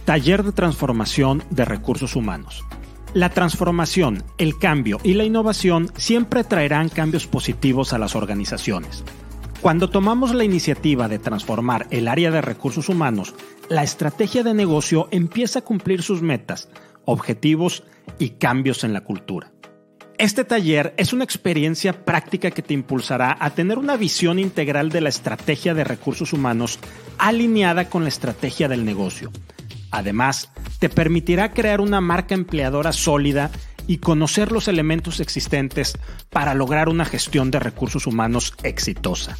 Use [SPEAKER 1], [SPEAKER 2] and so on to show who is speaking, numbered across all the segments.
[SPEAKER 1] Taller de Transformación de Recursos Humanos. La transformación, el cambio y la innovación siempre traerán cambios positivos a las organizaciones. Cuando tomamos la iniciativa de transformar el área de recursos humanos, la estrategia de negocio empieza a cumplir sus metas, objetivos y cambios en la cultura. Este taller es una experiencia práctica que te impulsará a tener una visión integral de la estrategia de recursos humanos alineada con la estrategia del negocio. Además, te permitirá crear una marca empleadora sólida y conocer los elementos existentes para lograr una gestión de recursos humanos exitosa.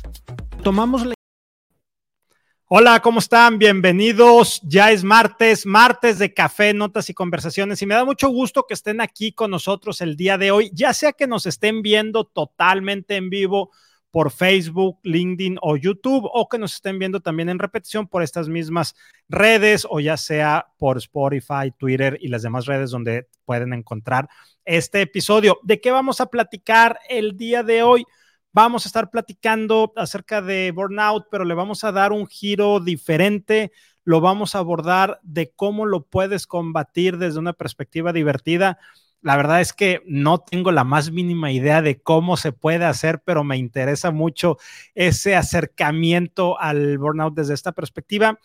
[SPEAKER 1] Hola, ¿cómo están? Bienvenidos. Ya es martes de café, notas y conversaciones y me da mucho gusto que estén aquí con nosotros el día de hoy, ya sea que nos estén viendo totalmente en vivo por Facebook, LinkedIn o YouTube, o que nos estén viendo también en repetición por estas mismas redes, o ya sea por Spotify, Twitter y las demás redes donde pueden encontrar este episodio. ¿De qué vamos a platicar el día de hoy? Vamos a estar platicando acerca de burnout, pero le vamos a dar un giro diferente. Lo vamos a abordar de cómo lo puedes combatir desde una perspectiva divertida. La verdad es que no tengo la más mínima idea de cómo se puede hacer, pero me interesa mucho ese acercamiento al burnout desde esta perspectiva.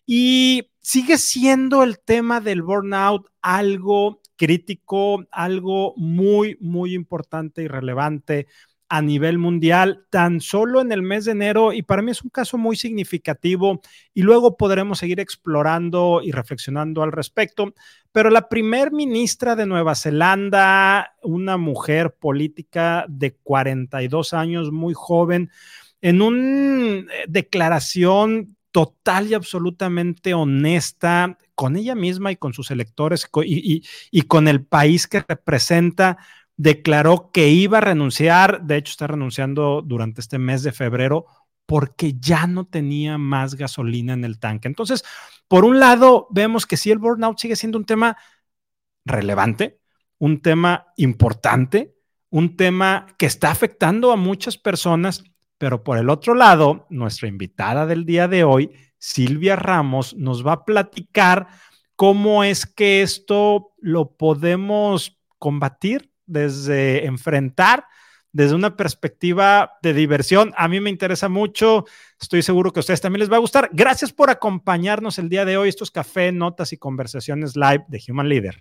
[SPEAKER 1] Y sigue siendo el tema del burnout algo crítico, algo muy, muy importante y relevante a nivel mundial, tan solo en el mes de enero, y para mí es un caso muy significativo y luego podremos seguir explorando y reflexionando al respecto. Pero la primer ministra de Nueva Zelanda, una mujer política de 42 años, muy joven, en una declaración total y absolutamente honesta con ella misma y con sus electores y con el país que representa, declaró que iba a renunciar. De hecho, está renunciando durante este mes de febrero porque ya no tenía más gasolina en el tanque. Entonces, por un lado, vemos que sí, el burnout sigue siendo un tema relevante, un tema importante, un tema que está afectando a muchas personas, pero por el otro lado, nuestra invitada del día de hoy, Silvia Ramos, nos va a platicar cómo es que esto lo podemos combatir, desde enfrentar, desde una perspectiva de diversión. A mí me interesa mucho, estoy seguro que a ustedes también les va a gustar. Gracias por acompañarnos el día de hoy. Esto es Café, Notas y Conversaciones Live de Human Leader.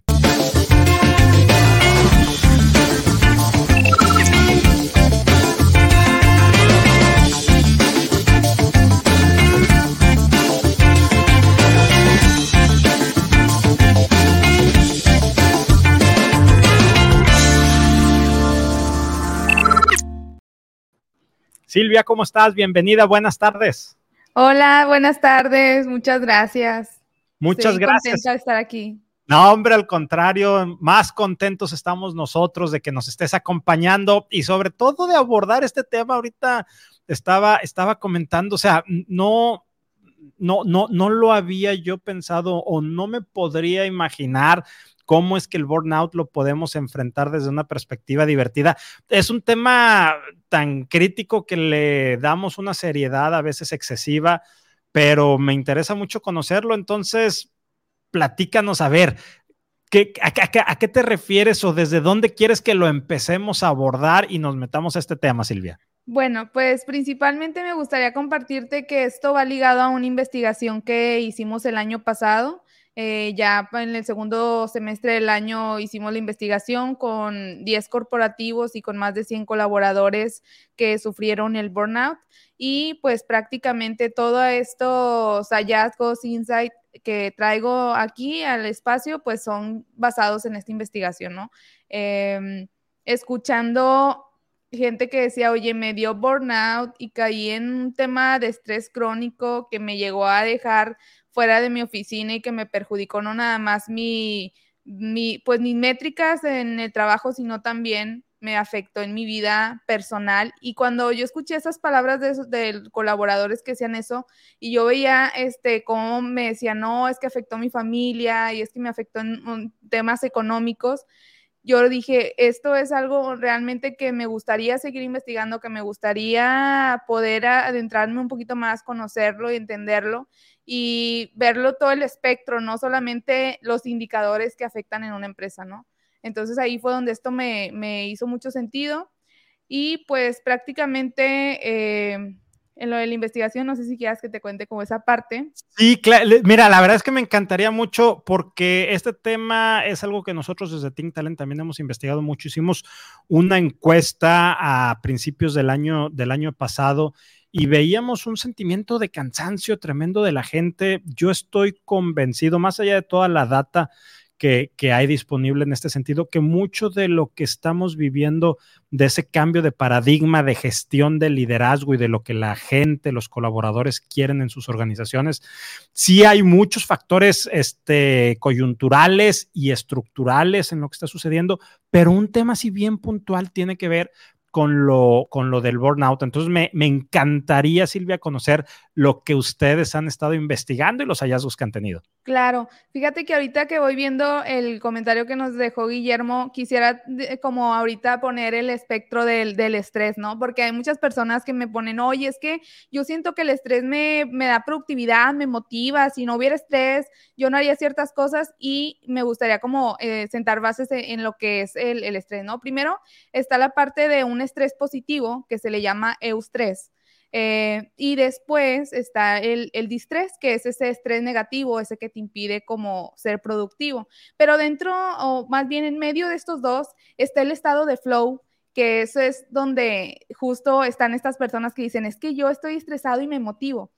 [SPEAKER 1] Silvia, ¿cómo estás? Bienvenida, buenas tardes.
[SPEAKER 2] Hola, buenas tardes, muchas gracias.
[SPEAKER 1] Muchas gracias.
[SPEAKER 2] Contenta de estar aquí.
[SPEAKER 1] No, hombre, al contrario, más contentos estamos nosotros de que nos estés acompañando y sobre todo de abordar este tema. Ahorita estaba comentando, o sea, no lo había yo pensado o no me podría imaginar cómo es que el burnout lo podemos enfrentar desde una perspectiva divertida. Es un tema tan crítico que le damos una seriedad a veces excesiva, pero me interesa mucho conocerlo. Entonces, platícanos, a ver, ¿a qué te refieres o desde dónde quieres que lo empecemos a abordar y nos metamos a este tema, Silvia?
[SPEAKER 2] Bueno, pues principalmente me gustaría compartirte que esto va ligado a una investigación que hicimos el año pasado. Ya en el segundo semestre del año hicimos la investigación con 10 corporativos y con más de 100 colaboradores que sufrieron el burnout. Y pues prácticamente todos estos hallazgos, insights que traigo aquí al espacio, pues son basados en esta investigación, ¿no? Escuchando gente que decía, oye, me dio burnout y caí en un tema de estrés crónico que me llegó a dejar fuera de mi oficina y que me perjudicó no nada más pues mis métricas en el trabajo, sino también me afectó en mi vida personal. Y cuando yo escuché esas palabras de colaboradores que decían eso, y yo veía cómo me decían, no, es que afectó a mi familia y es que me afectó en temas económicos, yo dije, esto es algo realmente que me gustaría seguir investigando, que me gustaría poder adentrarme un poquito más, conocerlo y entenderlo y verlo todo el espectro, no solamente los indicadores que afectan en una empresa, ¿no? Entonces ahí fue donde esto me hizo mucho sentido y pues prácticamente en lo de la investigación, no sé si quieras que te cuente como esa parte.
[SPEAKER 1] Sí, claro. Mira, la verdad es que me encantaría mucho porque este tema es algo que nosotros desde Think Talent también hemos investigado mucho. Hicimos una encuesta a principios del año pasado y veíamos un sentimiento de cansancio tremendo de la gente. Yo estoy convencido, más allá de toda la data que hay disponible en este sentido, que mucho de lo que estamos viviendo, de ese cambio de paradigma de gestión del liderazgo y de lo que la gente, los colaboradores quieren en sus organizaciones, sí hay muchos factores coyunturales y estructurales en lo que está sucediendo, pero un tema así bien puntual tiene que ver con lo del burnout. Entonces me encantaría, Silvia, conocer lo que ustedes han estado investigando y los hallazgos que han tenido.
[SPEAKER 2] Claro, fíjate que ahorita que voy viendo el comentario que nos dejó Guillermo, quisiera como ahorita poner el espectro del estrés, ¿no? Porque hay muchas personas que me ponen, oye, es que yo siento que el estrés me da productividad, me motiva, si no hubiera estrés, yo no haría ciertas cosas y me gustaría como sentar bases en lo que es el estrés, ¿no? Primero está la parte de un estrés positivo que se le llama eustrés. Y después está el distrés, que es ese estrés negativo, ese que te impide como ser productivo. Pero dentro, o más bien en medio de estos dos, está el estado de flow, que eso es donde justo están estas personas que dicen, es que yo estoy estresado y me motivo.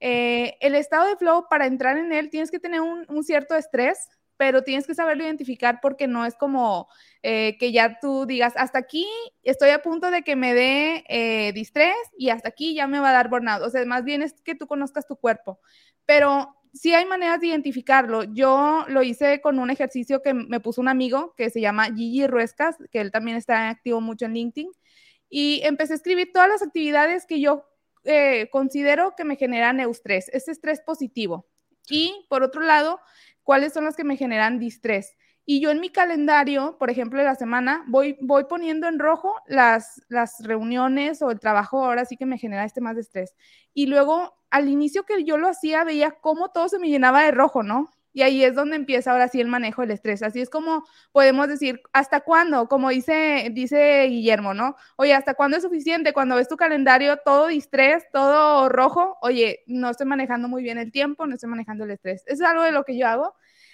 [SPEAKER 2] El estado de flow, para entrar en él, tienes que tener un cierto estrés, pero tienes que saberlo identificar porque no es como que ya tú digas, hasta aquí estoy a punto de que me dé distrés y hasta aquí ya me va a dar burnout. O sea, más bien es que tú conozcas tu cuerpo. Pero sí hay maneras de identificarlo. Yo lo hice con un ejercicio que me puso un amigo que se llama Gigi Ruescas, que él también está activo mucho en LinkedIn, y empecé a escribir todas las actividades que yo considero que me generan eustrés, ese estrés positivo. Y por otro lado, cuáles son las que me generan distrés. Y yo en mi calendario, por ejemplo, de la semana, voy poniendo en rojo las reuniones o el trabajo, ahora sí que me genera más de estrés. Y luego, al inicio que yo lo hacía, veía cómo todo se me llenaba de rojo, ¿no? Y ahí es donde empieza ahora sí el manejo del estrés. Así es como podemos decir, ¿hasta cuándo? Como dice Guillermo, ¿no? Oye, ¿hasta cuándo es suficiente? Cuando ves tu calendario todo distrés, todo rojo, oye, no estoy manejando muy bien el tiempo, no estoy manejando el estrés. Eso es algo de lo que yo hago.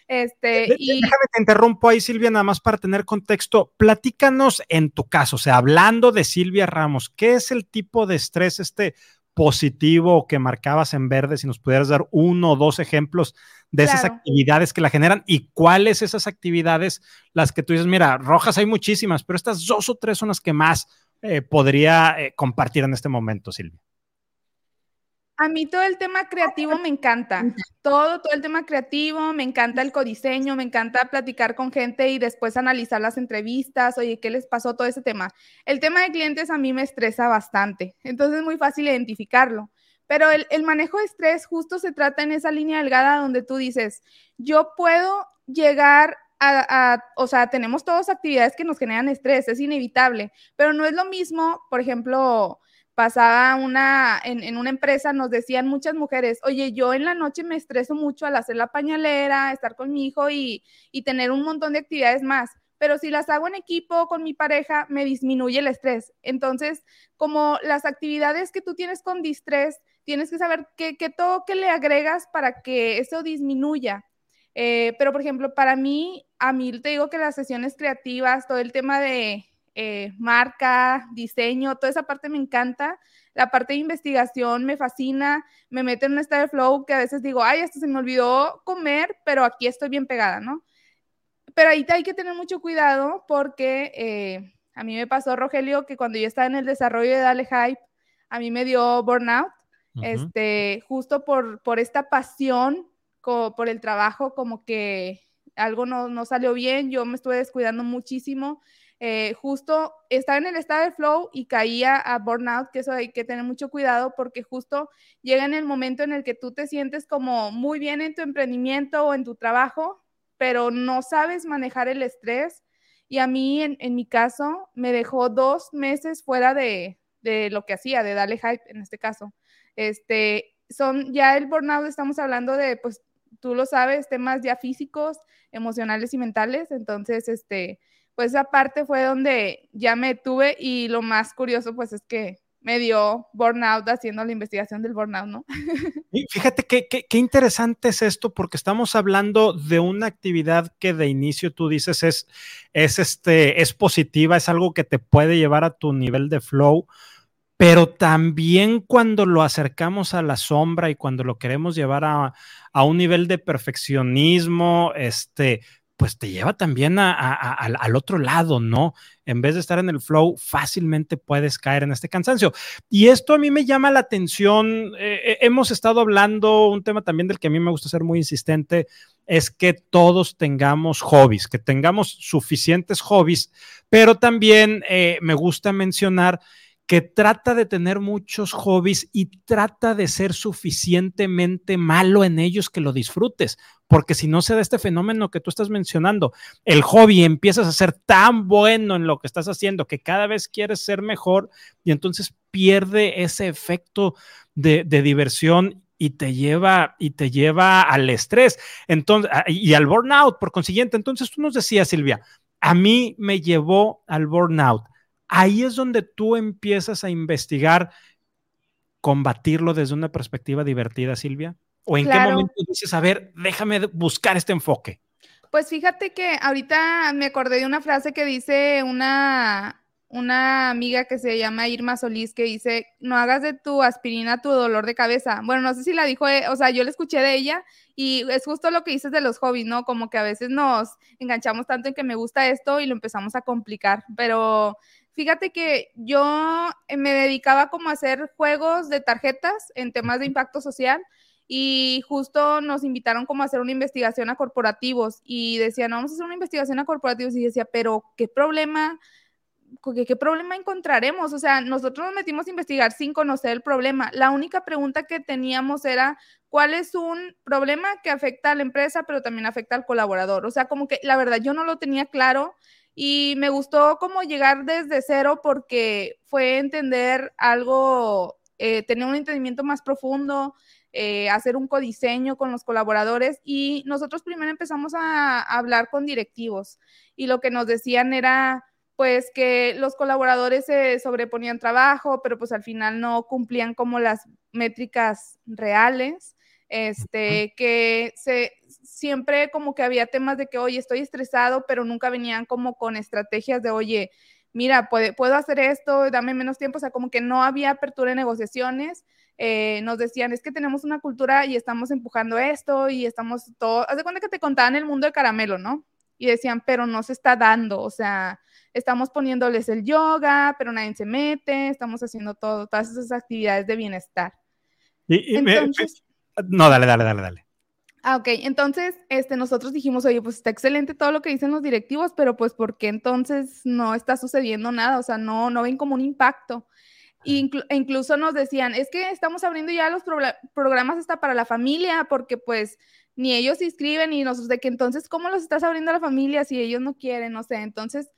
[SPEAKER 1] Déjame te interrumpo ahí, Silvia, nada más para tener contexto. Platícanos en tu caso, o sea, hablando de Silvia Ramos, ¿qué es el tipo de estrés positivo que marcabas en verde? Si nos pudieras dar uno o dos ejemplos de esas actividades que la generan y cuáles esas actividades las que tú dices, mira, rojas hay muchísimas, pero estas dos o tres son las que más podría compartir en este momento, Silvia.
[SPEAKER 2] A mí todo el tema creativo me encanta, todo el tema creativo, me encanta el codiseño, me encanta platicar con gente y después analizar las entrevistas, oye, ¿qué les pasó todo ese tema? El tema de clientes a mí me estresa bastante, entonces es muy fácil identificarlo, pero el manejo de estrés justo se trata en esa línea delgada donde tú dices, yo puedo llegar o sea, tenemos todas actividades que nos generan estrés, es inevitable, pero no es lo mismo, por ejemplo, pasaba en una empresa, nos decían muchas mujeres, oye, yo en la noche me estreso mucho al hacer la pañalera, estar con mi hijo y tener un montón de actividades más, pero si las hago en equipo con mi pareja, me disminuye el estrés. Entonces, como las actividades que tú tienes con distrés, tienes que saber qué toque le agregas para que eso disminuya. Pero, por ejemplo, a mí te digo que las sesiones creativas, todo el tema de marca, diseño, toda esa parte me encanta. La parte de investigación me fascina, me mete en un estado de flow que a veces digo, ay, hasta se me olvidó comer, pero aquí estoy bien pegada, ¿no? Pero ahí hay que tener mucho cuidado porque a mí me pasó, Rogelio, que cuando yo estaba en el desarrollo de Dale Hype, a mí me dio burnout, justo por esta pasión, por el trabajo, como que algo no salió bien, yo me estuve descuidando muchísimo. Justo estaba en el estado de flow y caía a burnout, que eso hay que tener mucho cuidado porque justo llega en el momento en el que tú te sientes como muy bien en tu emprendimiento o en tu trabajo, pero no sabes manejar el estrés Y a mí, en mi caso, me dejó 2 meses fuera de lo que hacía, de darle hype en este caso. Ya el burnout, estamos hablando de, pues, tú lo sabes, temas ya físicos, emocionales y mentales. Entonces, pues esa parte fue donde ya me detuve y lo más curioso, pues, es que me dio burnout haciendo la investigación del burnout, ¿no?
[SPEAKER 1] Y fíjate qué interesante es esto, porque estamos hablando de una actividad que de inicio tú dices es positiva, es algo que te puede llevar a tu nivel de flow, pero también cuando lo acercamos a la sombra y cuando lo queremos llevar a un nivel de perfeccionismo, pues te lleva también al otro lado, ¿no? En vez de estar en el flow, fácilmente puedes caer en este cansancio. Y esto a mí me llama la atención. Hemos estado hablando, un tema también del que a mí me gusta ser muy insistente, es que todos tengamos hobbies, que tengamos suficientes hobbies, pero también me gusta mencionar que trata de tener muchos hobbies y trata de ser suficientemente malo en ellos que lo disfrutes, porque si no se da este fenómeno que tú estás mencionando, el hobby empiezas a ser tan bueno en lo que estás haciendo que cada vez quieres ser mejor y entonces pierde ese efecto de diversión y te lleva al estrés entonces, y al burnout, por consiguiente. Entonces tú nos decías, Silvia, a mí me llevó al burnout. Ahí es donde tú empiezas a investigar, combatirlo desde una perspectiva divertida, Silvia. ¿O en qué
[SPEAKER 2] Claro.
[SPEAKER 1] momento dices, a ver, déjame buscar este enfoque?
[SPEAKER 2] Pues fíjate que ahorita me acordé de una frase que dice una amiga que se llama Irma Solís, que dice, no hagas de tu aspirina tu dolor de cabeza. Bueno, no sé si la dijo, o sea, yo la escuché de ella y es justo lo que dices de los hobbies, ¿no? Como que a veces nos enganchamos tanto en que me gusta esto y lo empezamos a complicar. Pero fíjate que yo me dedicaba como a hacer juegos de tarjetas en temas de impacto social y justo nos invitaron como a hacer una investigación a corporativos y decían, no, vamos a hacer una investigación a corporativos y decía, pero ¿qué problema encontraremos? O sea, nosotros nos metimos a investigar sin conocer el problema. La única pregunta que teníamos era, ¿cuál es un problema que afecta a la empresa, pero también afecta al colaborador? O sea, como que la verdad yo no lo tenía claro y me gustó como llegar desde cero porque fue entender algo, tener un entendimiento más profundo, hacer un codiseño con los colaboradores y nosotros primero empezamos a hablar con directivos y lo que nos decían era pues que los colaboradores se sobreponían trabajo, pero pues al final no cumplían como las métricas reales, que siempre como que había temas de que, oye, estoy estresado, pero nunca venían como con estrategias de, oye, mira, puedo hacer esto, dame menos tiempo, o sea, como que no había apertura de negociaciones. Nos decían, es que tenemos una cultura y estamos empujando esto y estamos todo, haz de cuenta que te contaban el mundo de caramelo, ¿no? Y decían, pero no se está dando, o sea, estamos poniéndoles el yoga, pero nadie se mete, estamos haciendo todas esas actividades de bienestar. Entonces,
[SPEAKER 1] No, dale.
[SPEAKER 2] Ok, entonces, nosotros dijimos, oye, pues está excelente todo lo que dicen los directivos, pero pues, ¿por qué entonces no está sucediendo nada? O sea, no ven como un impacto. Incluso nos decían, es que estamos abriendo ya los programas hasta para la familia, porque pues ni ellos se inscriben y nosotros de que entonces, ¿cómo los estás abriendo a la familia si ellos no quieren? No sé, entonces,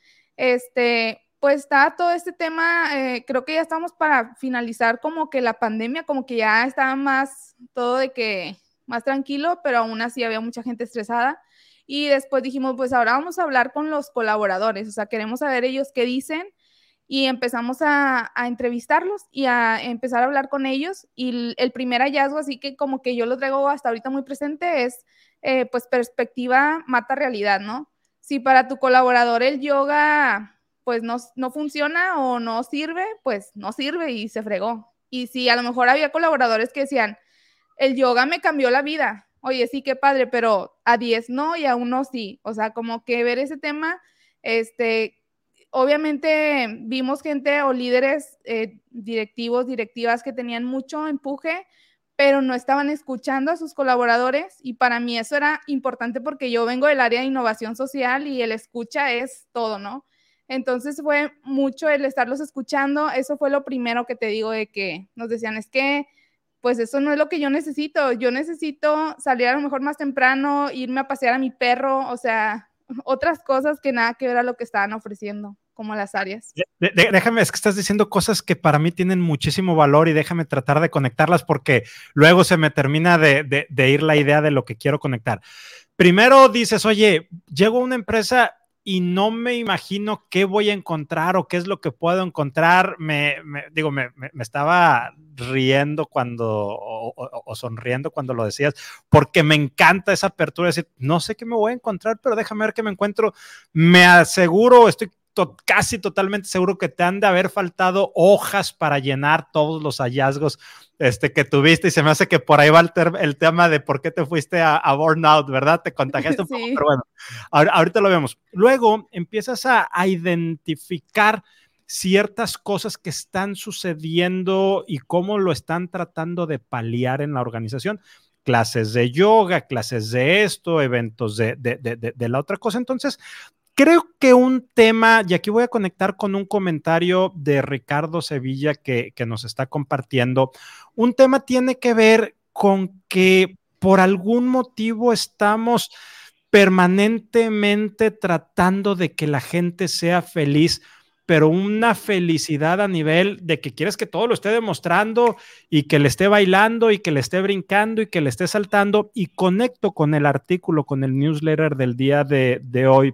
[SPEAKER 2] pues está todo este tema, creo que ya estamos para finalizar como que la pandemia, como que ya estaba más todo de que más tranquilo, pero aún así había mucha gente estresada. Y después dijimos, pues ahora vamos a hablar con los colaboradores, o sea, queremos saber ellos qué dicen y empezamos a entrevistarlos y a empezar a hablar con ellos. Y el primer hallazgo, así que como que yo lo traigo hasta ahorita muy presente, es pues perspectiva mata realidad, ¿no? Si para tu colaborador el yoga pues no funciona o no sirve, pues no sirve y se fregó. Y si a lo mejor había colaboradores que decían, el yoga me cambió la vida, oye, sí, qué padre, pero a 10 no y a uno sí. O sea, como que ver ese tema, obviamente vimos gente o líderes directivos, directivas que tenían mucho empuje, pero no estaban escuchando a sus colaboradores y para mí eso era importante porque yo vengo del área de innovación social y el escucha es todo, ¿no? Entonces fue mucho el estarlos escuchando, eso fue lo primero que te digo de que nos decían, es que pues eso no es lo que yo necesito salir a lo mejor más temprano, irme a pasear a mi perro, o sea, otras cosas que nada que ver a lo que estaban ofreciendo, como las áreas.
[SPEAKER 1] Déjame, es que estás diciendo cosas que para mí tienen muchísimo valor y déjame tratar de conectarlas porque luego se me termina de ir la idea de lo que quiero conectar. Primero dices, oye, llego a una empresa y no me imagino qué voy a encontrar o qué es lo que puedo encontrar. Me estaba riendo o sonriendo cuando lo decías, porque me encanta esa apertura de decir, no sé qué me voy a encontrar, pero déjame ver qué me encuentro. Me aseguro, estoy casi totalmente seguro que te han de haber faltado hojas para llenar todos los hallazgos que tuviste, y se me hace que por ahí va el tema de por qué te fuiste a Burnout, ¿verdad? Te contagiaste un poco,
[SPEAKER 2] Sí.
[SPEAKER 1] pero bueno, ahorita lo vemos. Luego empiezas a identificar ciertas cosas que están sucediendo y cómo lo están tratando de paliar en la organización. Clases de yoga, clases de esto, eventos de la otra cosa. Entonces, creo que un tema, y aquí voy a conectar con un comentario de Ricardo Sevilla que nos está compartiendo, un tema tiene que ver con que por algún motivo estamos permanentemente tratando de que la gente sea feliz, pero una felicidad a nivel de que quieres que todo lo esté demostrando y que le esté bailando y que le esté brincando y que le esté saltando. Y conecto con el artículo, con el newsletter del día de hoy,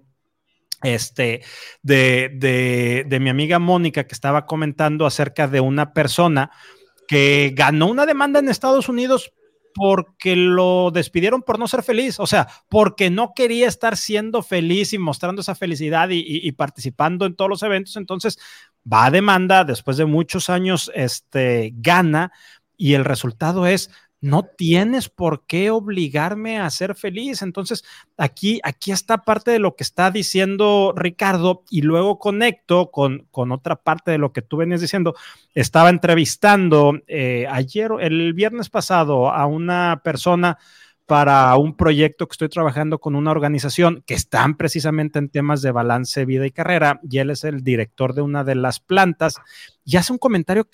[SPEAKER 1] de mi amiga Mónica, que estaba comentando acerca de una persona que ganó una demanda en Estados Unidos porque lo despidieron por no ser feliz, o sea, porque no quería estar siendo feliz y mostrando esa felicidad y participando en todos los eventos. Entonces va a demanda, después de muchos años, gana, y el resultado es, no tienes por qué obligarme a ser feliz. Entonces, aquí está parte de lo que está diciendo Ricardo, y luego conecto con otra parte de lo que tú venías diciendo. Estaba entrevistando el viernes pasado a una persona para un proyecto que estoy trabajando con una organización que están precisamente en temas de balance, vida y carrera, y él es el director de una de las plantas, y hace un comentario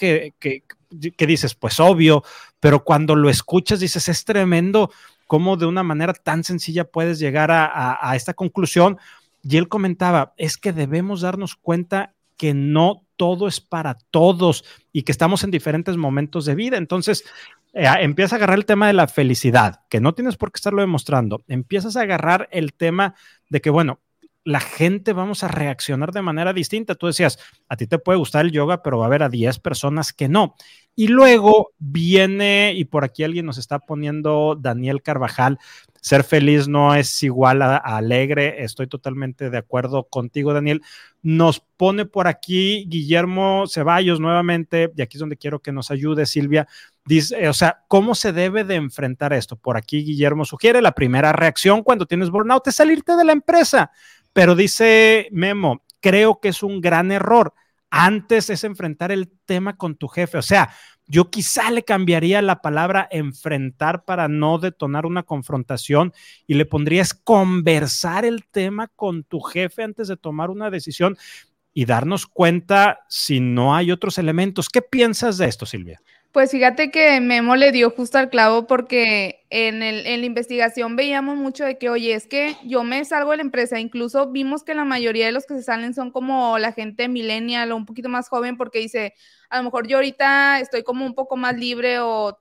[SPEAKER 1] que dices, pues obvio, pero cuando lo escuchas dices, es tremendo cómo de una manera tan sencilla puedes llegar a esta conclusión. Y él comentaba, es que debemos darnos cuenta que no todo es para todos y que estamos en diferentes momentos de vida. Entonces, empieza a agarrar el tema de la felicidad, que no tienes por qué estarlo demostrando. Empiezas a agarrar el tema de que, bueno, la gente vamos a reaccionar de manera distinta. Tú decías, a ti te puede gustar el yoga, pero va a haber a 10 personas que no. Y luego viene, y por aquí alguien nos está poniendo, Daniel Carvajal, ser feliz no es igual a alegre. Estoy totalmente de acuerdo contigo, Daniel. Nos pone por aquí Guillermo Ceballos nuevamente, y aquí es donde quiero que nos ayude Silvia. Dice, o sea, ¿cómo se debe de enfrentar esto? Por aquí Guillermo sugiere, la primera reacción cuando tienes burnout es salirte de la empresa, pero dice Memo, creo que es un gran error. Antes es enfrentar el tema con tu jefe. O sea, yo quizá le cambiaría la palabra enfrentar para no detonar una confrontación, y le pondrías conversar el tema con tu jefe antes de tomar una decisión y darnos cuenta si no hay otros elementos. ¿Qué piensas de esto, Silvia?
[SPEAKER 2] Pues fíjate que Memo le dio justo al clavo, porque en la investigación veíamos mucho de que, oye, es que yo me salgo de la empresa. Incluso vimos que la mayoría de los que se salen son como la gente millennial o un poquito más joven, porque dice, a lo mejor yo ahorita estoy como un poco más libre o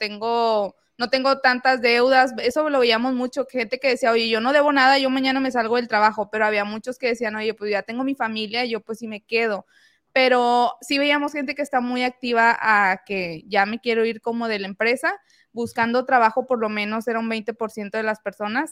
[SPEAKER 2] no tengo tantas deudas. Eso lo veíamos mucho, gente que decía, oye, yo no debo nada, yo mañana me salgo del trabajo, pero había muchos que decían, oye, pues ya tengo mi familia, yo pues sí me quedo. Pero sí veíamos gente que está muy activa a que ya me quiero ir como de la empresa, buscando trabajo. Por lo menos era un 20% de las personas.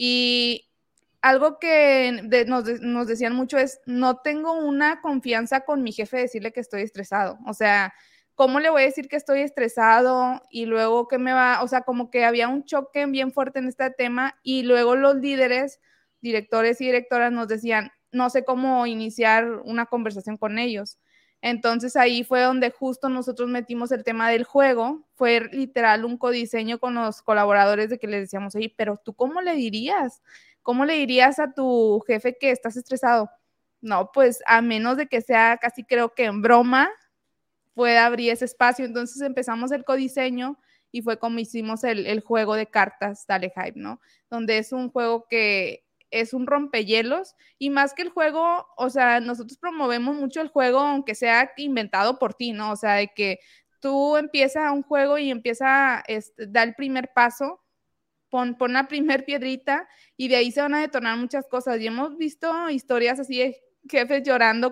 [SPEAKER 2] Y algo que nos decían mucho es, no tengo una confianza con mi jefe de decirle que estoy estresado. O sea, ¿cómo le voy a decir que estoy estresado? Y luego, ¿qué me va? O sea, como que había un choque bien fuerte en este tema, y luego los líderes, directores y directoras nos decían, no sé cómo iniciar una conversación con ellos. Entonces ahí fue donde justo nosotros metimos el tema del juego. Fue literal un codiseño con los colaboradores, de que les decíamos, oye, pero ¿tú cómo le dirías? ¿Cómo le dirías a tu jefe que estás estresado? No, pues a menos de que sea casi, creo que en broma, pueda abrir ese espacio. Entonces empezamos el codiseño y fue como hicimos el juego de cartas Dale Hype, ¿no? Donde es un juego que es un rompehielos, y más que el juego, o sea, nosotros promovemos mucho el juego, aunque sea inventado por ti, ¿no? O sea, de que tú empiezas un juego y da el primer paso, pon la primer piedrita y de ahí se van a detonar muchas cosas. Y hemos visto historias así de jefes llorando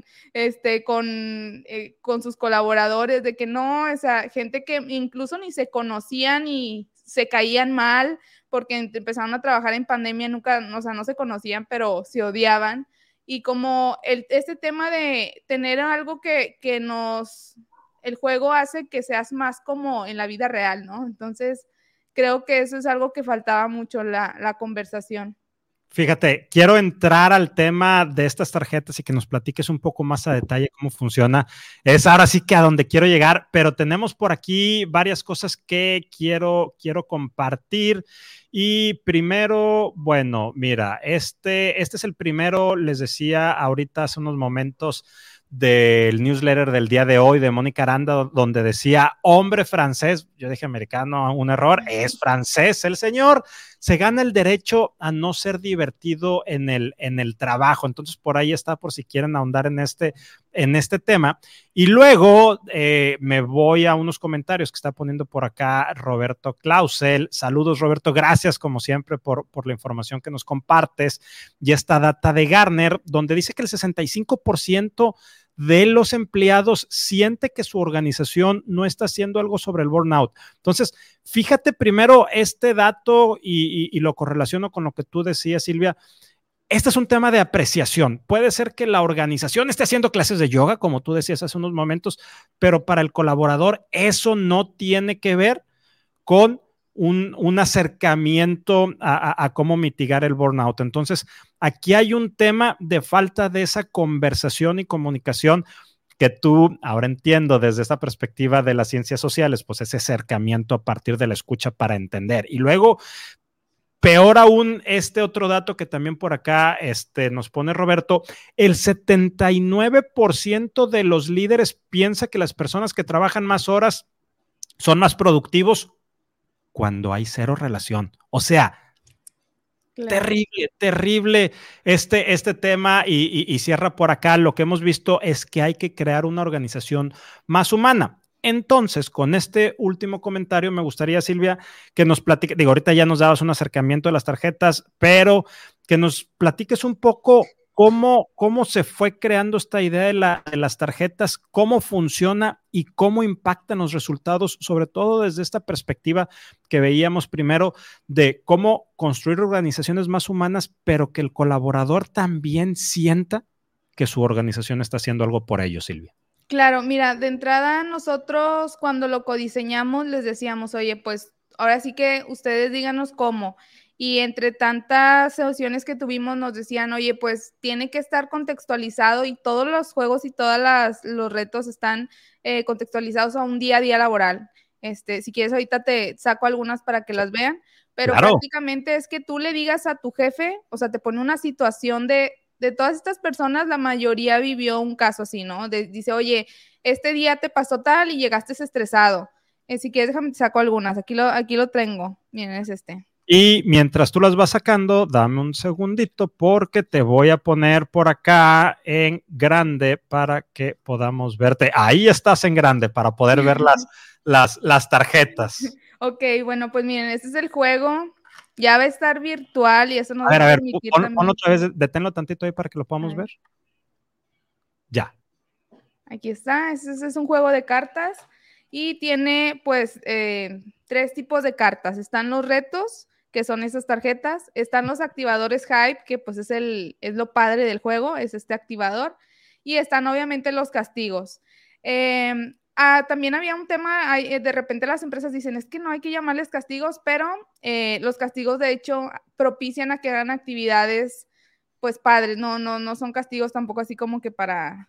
[SPEAKER 2] con sus colaboradores, de que no, esa gente que incluso ni se conocían y se caían mal porque empezaron a trabajar en pandemia, nunca, o sea, no se conocían, pero se odiaban. Y como este tema de tener algo el juego hace que seas más como en la vida real, ¿no? Entonces, creo que eso es algo que faltaba mucho, la conversación.
[SPEAKER 1] Fíjate, quiero entrar al tema de estas tarjetas y que nos platiques un poco más a detalle cómo funciona. Es ahora sí que a donde quiero llegar, pero tenemos por aquí varias cosas que quiero compartir. Y primero, bueno, mira, este es el primero, les decía ahorita hace unos momentos del newsletter del día de hoy de Mónica Aranda, donde decía hombre francés, yo dije americano, un error, es francés el señor, se gana el derecho a no ser divertido en el trabajo. Entonces, por ahí está, por si quieren ahondar en este tema. Y luego me voy a unos comentarios que está poniendo por acá Roberto Clausel. Saludos, Roberto. Gracias, como siempre, por la información que nos compartes. Y esta data de Gartner, donde dice que el 65% de los empleados siente que su organización no está haciendo algo sobre el burnout. Entonces, fíjate primero este dato y lo correlaciono con lo que tú decías, Silvia. Este es un tema de apreciación. Puede ser que la organización esté haciendo clases de yoga, como tú decías hace unos momentos, pero para el colaborador eso no tiene que ver con un acercamiento a cómo mitigar el burnout. Entonces, aquí hay un tema de falta de esa conversación y comunicación que tú, ahora entiendo desde esta perspectiva de las ciencias sociales, pues ese acercamiento a partir de la escucha para entender. Y luego, peor aún, este otro dato que también por acá nos pone Roberto, el 79% de los líderes piensa que las personas que trabajan más horas son más productivos cuando hay cero relación. O sea, claro. Terrible este tema y cierra por acá. Lo que hemos visto es que hay que crear una organización más humana. Entonces, con este último comentario, me gustaría, Silvia, que nos platiques, digo, ahorita ya nos dabas un acercamiento de las tarjetas, pero que nos platiques un poco cómo se fue creando esta idea de las tarjetas, cómo funciona y cómo impactan los resultados, sobre todo desde esta perspectiva que veíamos primero de cómo construir organizaciones más humanas, pero que el colaborador también sienta que su organización está haciendo algo por ellos, Silvia.
[SPEAKER 2] Claro, mira, de entrada nosotros cuando lo codiseñamos les decíamos, oye, pues ahora sí que ustedes díganos cómo. Y entre tantas sesiones que tuvimos nos decían, oye, pues tiene que estar contextualizado y todos los juegos y todos los retos están contextualizados a un día a día laboral. Si quieres ahorita te saco algunas para que las vean, pero claro, prácticamente es que tú le digas a tu jefe, o sea, te pone una situación de todas estas personas, la mayoría vivió un caso así, ¿no? Dice, oye, este día te pasó tal y llegaste estresado. Si quieres, déjame te saco algunas. Aquí lo tengo. Miren, es este.
[SPEAKER 1] Y mientras tú las vas sacando, dame un segundito porque te voy a poner por acá en grande para que podamos verte. Ahí estás en grande para poder ver las tarjetas.
[SPEAKER 2] Ok, bueno, pues miren, este es el juego. Ya va a estar virtual y eso nos
[SPEAKER 1] va
[SPEAKER 2] a permitir
[SPEAKER 1] también. Ponlo otra vez, deténlo tantito ahí para que lo podamos ver. Ya.
[SPEAKER 2] Aquí está, este es un juego de cartas y tiene pues 3 tipos de cartas. Están los retos, que son esas tarjetas. Están los activadores hype, que pues es lo padre del juego, es este activador. Y están obviamente los castigos. También había un tema, de repente las empresas dicen, es que no hay que llamarles castigos, pero los castigos de hecho propician a que hagan actividades pues padres, no son castigos tampoco así como que para,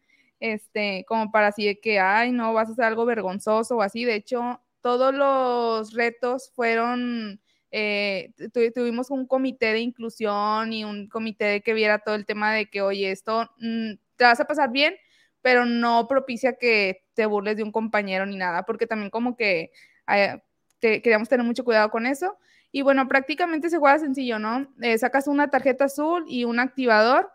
[SPEAKER 2] como para así de que, ay, no, vas a hacer algo vergonzoso o así. De hecho, todos los retos fueron, tuvimos un comité de inclusión y un comité de que viera todo el tema de que, oye, esto te vas a pasar bien, pero no propicia que te burles de un compañero ni nada, porque también como que queríamos tener mucho cuidado con eso. Y bueno, prácticamente se juega sencillo, ¿no? Sacas una tarjeta azul y un activador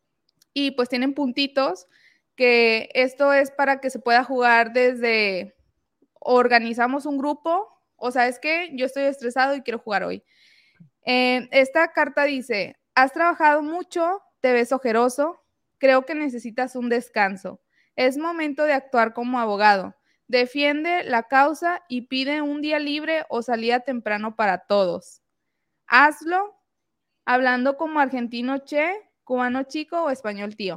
[SPEAKER 2] y pues tienen puntitos, que esto es para que se pueda jugar desde organizamos un grupo, o sea, es que yo estoy estresado y quiero jugar hoy. Esta carta dice, has trabajado mucho, te ves ojeroso, creo que necesitas un descanso. Es momento de actuar como abogado. Defiende la causa y pide un día libre o salida temprano para todos. Hazlo hablando como argentino che, cubano chico o español tío.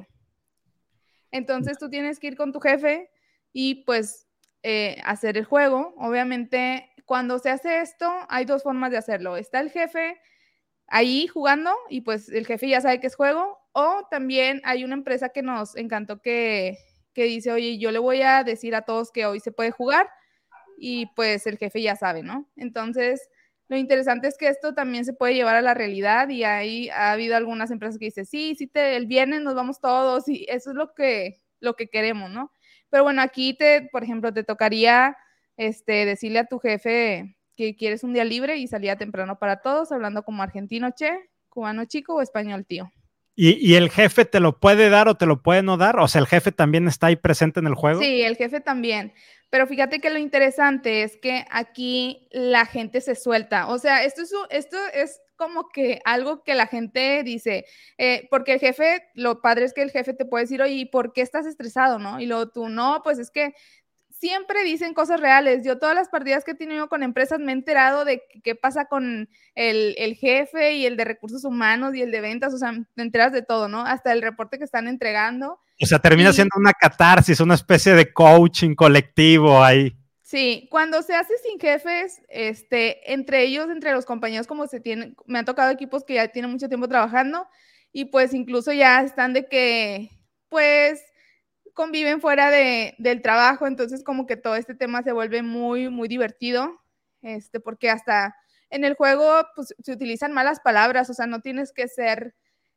[SPEAKER 2] Entonces tú tienes que ir con tu jefe y pues hacer el juego. Obviamente, cuando se hace esto, hay dos formas de hacerlo. Está el jefe ahí jugando y pues el jefe ya sabe que es juego. O también hay una empresa que nos encantó que dice, oye, yo le voy a decir a todos que hoy se puede jugar y pues el jefe ya sabe, ¿no? Entonces, lo interesante es que esto también se puede llevar a la realidad y ahí ha habido algunas empresas que dicen, sí, sí, el viernes nos vamos todos y eso es lo que queremos, ¿no? Pero bueno, aquí por ejemplo, te tocaría decirle a tu jefe que quieres un día libre y salía temprano para todos, hablando como argentino che, cubano chico o español tío.
[SPEAKER 1] ¿Y el jefe te lo puede dar o te lo puede no dar? O sea, ¿el jefe también está ahí presente en el juego?
[SPEAKER 2] Sí, el jefe también. Pero fíjate que lo interesante es que aquí la gente se suelta. O sea, esto es como que algo que la gente dice, porque el jefe, lo padre es que el jefe te puede decir, oye, ¿y por qué estás estresado, no? Y luego tú, no, pues es que siempre dicen cosas reales. Yo todas las partidas que he tenido con empresas me he enterado de qué pasa con el jefe y el de recursos humanos y el de ventas, o sea, te enteras de todo, ¿no? Hasta el reporte que están entregando.
[SPEAKER 1] O sea, termina
[SPEAKER 2] Y
[SPEAKER 1] siendo una catarsis, una especie de coaching colectivo ahí.
[SPEAKER 2] sí, cuando se hace sin jefes, entre ellos, entre los compañeros, como se tienen, me han tocado equipos que ya tienen mucho tiempo trabajando y pues incluso ya están de que, pues, conviven fuera del trabajo, entonces como que todo este tema se vuelve muy, muy divertido, porque hasta en el juego, pues, se utilizan malas palabras, o sea, no tienes que ser,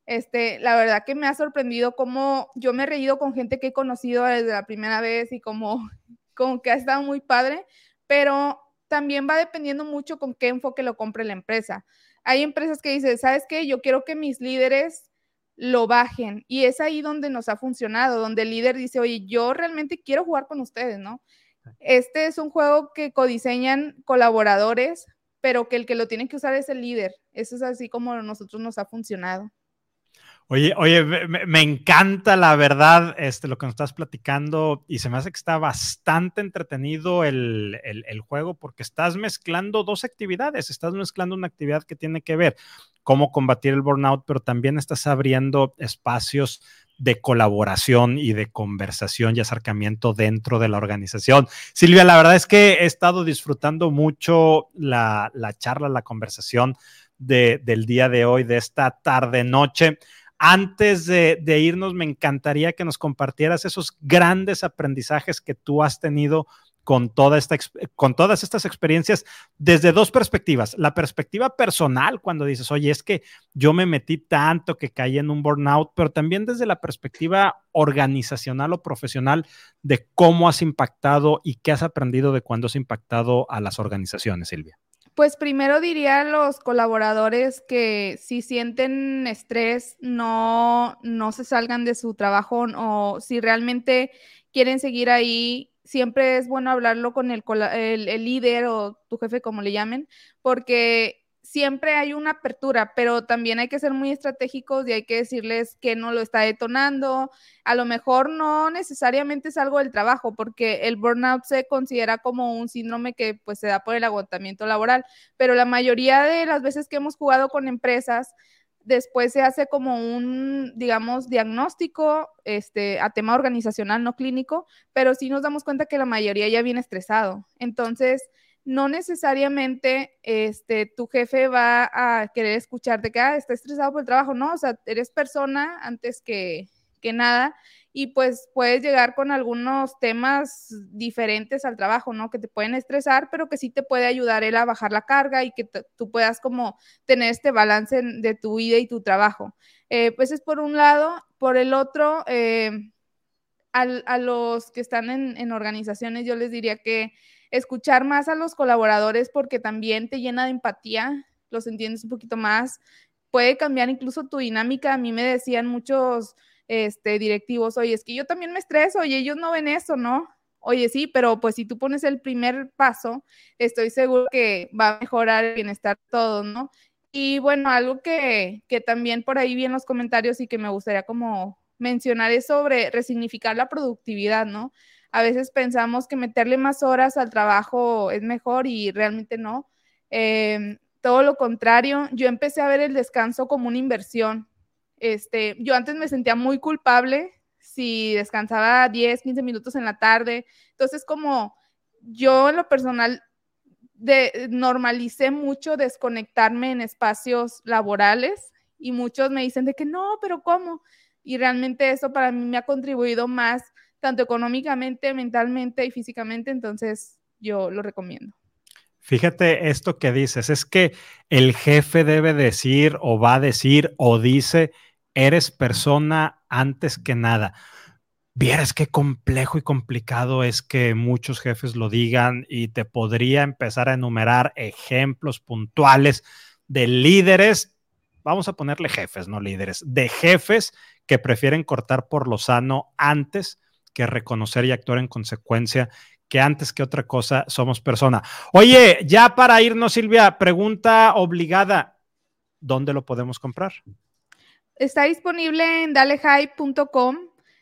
[SPEAKER 2] la verdad que me ha sorprendido cómo yo me he reído con gente que he conocido desde la primera vez y como que ha estado muy padre, pero también va dependiendo mucho con qué enfoque lo compre la empresa. Hay empresas que dicen, ¿sabes qué? Yo quiero que mis líderes lo bajen y es ahí donde nos ha funcionado, donde el líder dice, oye, yo realmente quiero jugar con ustedes, ¿no? Este es un juego que codiseñan colaboradores, pero que el que lo tiene que usar es el líder. Eso es así como a nosotros nos ha funcionado.
[SPEAKER 1] Oye, me encanta la verdad lo que nos estás platicando y se me hace que está bastante entretenido el juego porque estás mezclando dos actividades, estás mezclando una actividad que tiene que ver cómo combatir el burnout, pero también estás abriendo espacios de colaboración y de conversación y acercamiento dentro de la organización. Silvia, la verdad es que he estado disfrutando mucho la charla, la conversación del día de hoy, de esta tarde-noche. Antes de irnos, me encantaría que nos compartieras esos grandes aprendizajes que tú has tenido con todas estas experiencias desde dos perspectivas. La perspectiva personal, cuando dices, oye, es que yo me metí tanto que caí en un burnout, pero también desde la perspectiva organizacional o profesional de cómo has impactado y qué has aprendido de cuando has impactado a las organizaciones, Silvia.
[SPEAKER 2] Pues primero diría a los colaboradores que si sienten estrés, no se salgan de su trabajo o si realmente quieren seguir ahí, siempre es bueno hablarlo con el líder o tu jefe, como le llamen, porque siempre hay una apertura, pero también hay que ser muy estratégicos y hay que decirles que no lo está detonando. A lo mejor no necesariamente es algo del trabajo, porque el burnout se considera como un síndrome que pues se da por el agotamiento laboral, pero la mayoría de las veces que hemos jugado con empresas, después se hace como un, digamos, diagnóstico a tema organizacional, no clínico, pero sí nos damos cuenta que la mayoría ya viene estresado. Entonces, no necesariamente tu jefe va a querer escucharte que está estresado por el trabajo, no, o sea, eres persona antes que nada y pues puedes llegar con algunos temas diferentes al trabajo, ¿no? Que te pueden estresar, pero que sí te puede ayudar él a bajar la carga y que tú puedas como tener este balance de tu vida y tu trabajo. Pues es por un lado, por el otro, a los que están en organizaciones, yo les diría que escuchar más a los colaboradores porque también te llena de empatía los entiendes un poquito más, puede cambiar incluso tu dinámica. A mí me decían muchos directivos, oye, es que yo también me estreso, oye, ellos no ven eso, ¿no? Oye, sí, pero pues si tú pones el primer paso, estoy seguro que va a mejorar el bienestar de todos, ¿no? Y bueno, algo que también por ahí vi en los comentarios y que me gustaría como mencionar es sobre resignificar la productividad, ¿no? A veces pensamos que meterle más horas al trabajo es mejor y realmente no. Todo lo contrario, yo empecé a ver el descanso como una inversión. Yo antes me sentía muy culpable si descansaba 10, 15 minutos en la tarde. Entonces, como yo en lo personal normalicé mucho desconectarme en espacios laborales y muchos me dicen de que no, pero ¿cómo? Y realmente eso para mí me ha contribuido más, tanto económicamente, mentalmente y físicamente, entonces yo lo recomiendo.
[SPEAKER 1] Fíjate esto que dices, es que el jefe debe decir o va a decir o dice, eres persona antes que nada. Vieras qué complejo y complicado es que muchos jefes lo digan y te podría empezar a enumerar ejemplos puntuales de líderes, vamos a ponerle jefes, no líderes, de jefes que prefieren cortar por lo sano antes que reconocer y actuar en consecuencia, que antes que otra cosa somos persona. Oye, ya para irnos, Silvia, pregunta obligada, ¿dónde lo podemos comprar?
[SPEAKER 2] Está disponible en dalehype.com.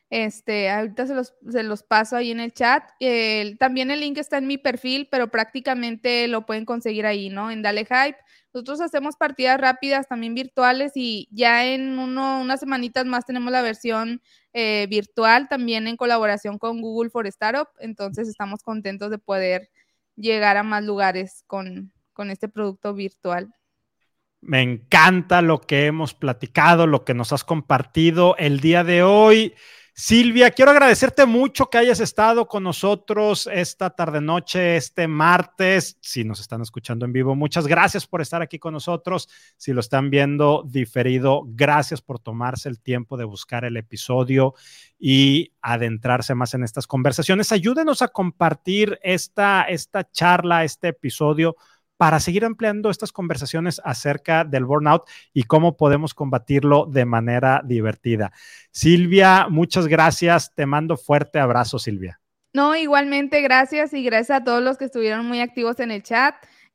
[SPEAKER 2] Ahorita se los paso ahí en el chat. También el link está en mi perfil, pero prácticamente lo pueden conseguir ahí, ¿no? En Dale Hype. Nosotros hacemos partidas rápidas también virtuales y ya en unas semanitas más tenemos la versión virtual también en colaboración con Google for Startup. Entonces estamos contentos de poder llegar a más lugares con este producto virtual.
[SPEAKER 1] Me encanta lo que hemos platicado, lo que nos has compartido el día de hoy. Silvia, quiero agradecerte mucho que hayas estado con nosotros esta tarde-noche, este martes. Si nos están escuchando en vivo, muchas gracias por estar aquí con nosotros. Si lo están viendo diferido, gracias por tomarse el tiempo de buscar el episodio y adentrarse más en estas conversaciones. Ayúdenos a compartir esta charla, este episodio, para seguir ampliando estas conversaciones acerca del burnout y cómo podemos combatirlo de manera divertida. Silvia, muchas gracias. Te mando fuerte abrazo, Silvia.
[SPEAKER 2] No, igualmente, gracias y gracias a todos los que estuvieron muy activos en el chat.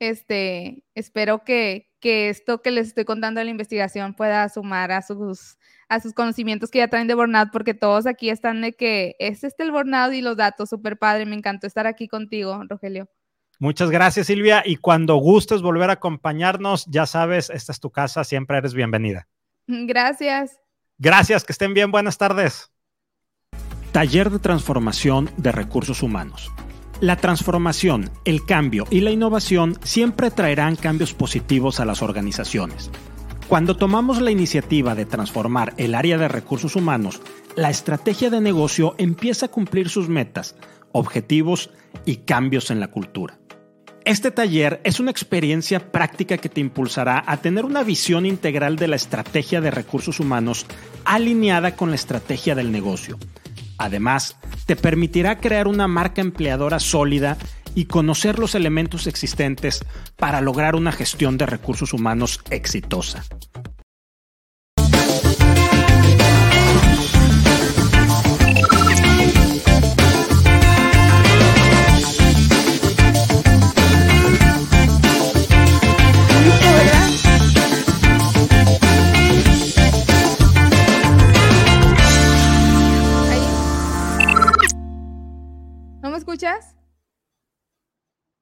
[SPEAKER 2] Espero que esto que les estoy contando de la investigación pueda sumar a sus conocimientos que ya traen de burnout, porque todos aquí están de que es el burnout y los datos, súper padre. Me encantó estar aquí contigo, Rogelio.
[SPEAKER 1] Muchas gracias, Silvia, y cuando gustes volver a acompañarnos, ya sabes, esta es tu casa, siempre eres bienvenida.
[SPEAKER 2] Gracias.
[SPEAKER 1] Gracias, que estén bien, buenas tardes. Taller de transformación de recursos humanos. La transformación, el cambio y la innovación siempre traerán cambios positivos a las organizaciones. Cuando tomamos la iniciativa de transformar el área de recursos humanos, la estrategia de negocio empieza a cumplir sus metas, objetivos y cambios en la cultura. Este taller es una experiencia práctica que te impulsará a tener una visión integral de la estrategia de recursos humanos alineada con la estrategia del negocio. Además, te permitirá crear una marca empleadora sólida y conocer los elementos existentes para lograr una gestión de recursos humanos exitosa.